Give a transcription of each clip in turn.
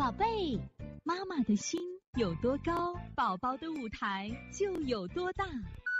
宝贝，妈妈的心有多高，宝宝的舞台就有多大。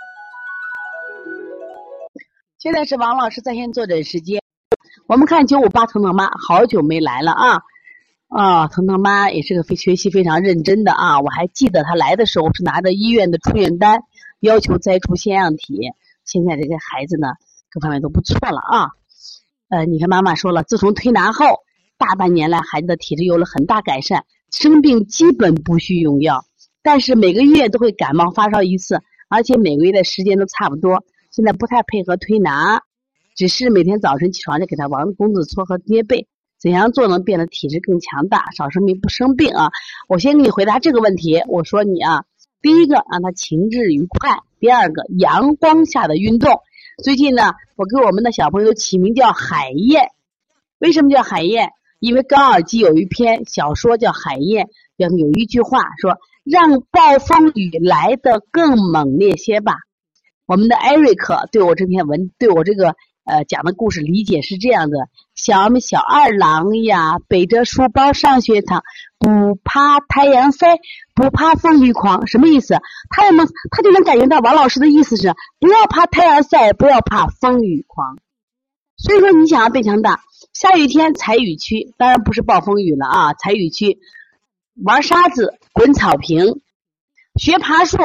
现在是王老师在线坐诊时间，我们看958腾腾妈，好久没来了啊！腾腾妈也是个学习非常认真的啊，我还记得她来的时候是拿着医院的出院单，要求摘除腺样体。现在这个孩子呢，各方面都不错了啊。你看妈妈说了，自从推拿后，大半年来孩子的体质有了很大改善，生病基本不需用药，但是每个月都会感冒发烧一次，而且每个月的时间都差不多。现在不太配合推拿，只是每天早晨起床就给他王公子搓和捏背，怎样做能变得体质更强大，少生病不生病啊？我先给你回答这个问题。我说你啊，第一个让他情志愉快，第二个阳光下的运动。最近呢，我给我们的小朋友起名叫海燕。为什么叫海燕？因为高尔基有一篇小说叫海燕，有一句话说，让暴风雨来得更猛烈些吧。我们的艾瑞克对我这篇文，对我这个讲的故事理解是这样的：小二郎呀，背着书包上学堂，不怕太阳晒，不怕风雨狂。什么意思？他就能感觉到王老师的意思是，不要怕太阳晒，不要怕风雨狂。所以说你想要变强大，下雨天踩雨区，当然不是暴风雨了啊，踩雨区，玩沙子，滚草坪，学爬树，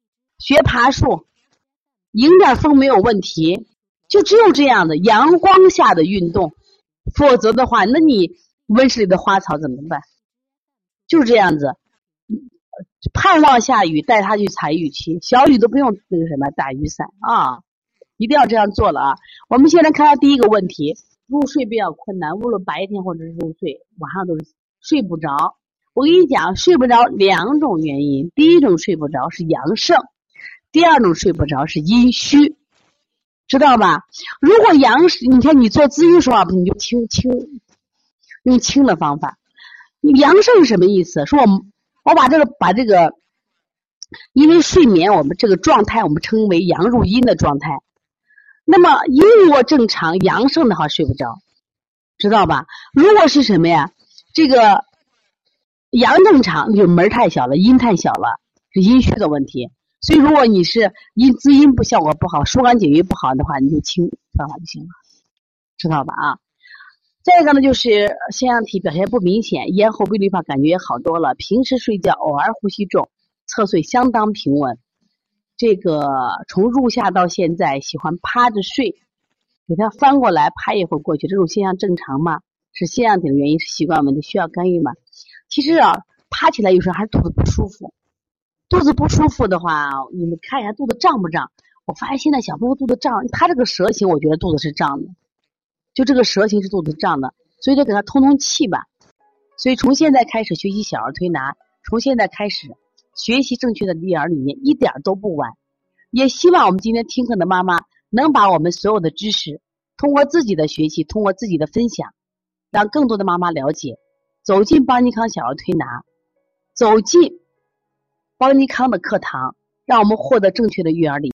迎点风没有问题，就只有这样的阳光下的运动，否则的话，那你温室里的花草怎么办？就是这样子，盼望下雨，带他去踩雨区，小雨都不用那个什么打雨伞啊，一定要这样做了啊。我们现在看到第一个问题，入睡比较困难，无论白天或者是入睡，晚上都是睡不着。我跟你讲，睡不着两种原因，第一种睡不着是阳盛，第二种睡不着是阴虚，知道吧？如果你看你做咨询说话，你就用轻的方法。阳盛是什么意思？说我把这个，因为睡眠我们这个状态我们称为阳入阴的状态。那么阴如果正常，阳盛的话睡不着，知道吧？如果是什么呀？这个阳正常，就门太小了，阴太小了，是阴虚的问题。所以如果你是滋阴不效果不好，疏肝解郁不好的话，你就轻方法就行了，知道吧啊？再一个呢，就是腺样体表现不明显，咽喉规律法感觉也好多了，平时睡觉偶尔呼吸重，侧睡相当平稳。这个从入夏到现在喜欢趴着睡，给他翻过来趴一会儿过去，这种现象正常吗？是腺样体的原因，是习惯问题，需要干预吗？其实啊，趴起来有时候还是肚子不舒服。肚子不舒服的话，你们看一下肚子胀不胀？我发现现在小朋友肚子胀，他这个舌形我觉得肚子是胀的，就这个舌形是肚子胀的，所以就给他通气吧。所以从现在开始学习小儿推拿，从现在开始学习正确的育儿理念，一点都不晚。也希望我们今天听课的妈妈能把我们所有的知识通过自己的学习，通过自己的分享，让更多的妈妈了解，走进邦尼康小儿推拿，走进邦尼康的课堂，让我们获得正确的育儿理念。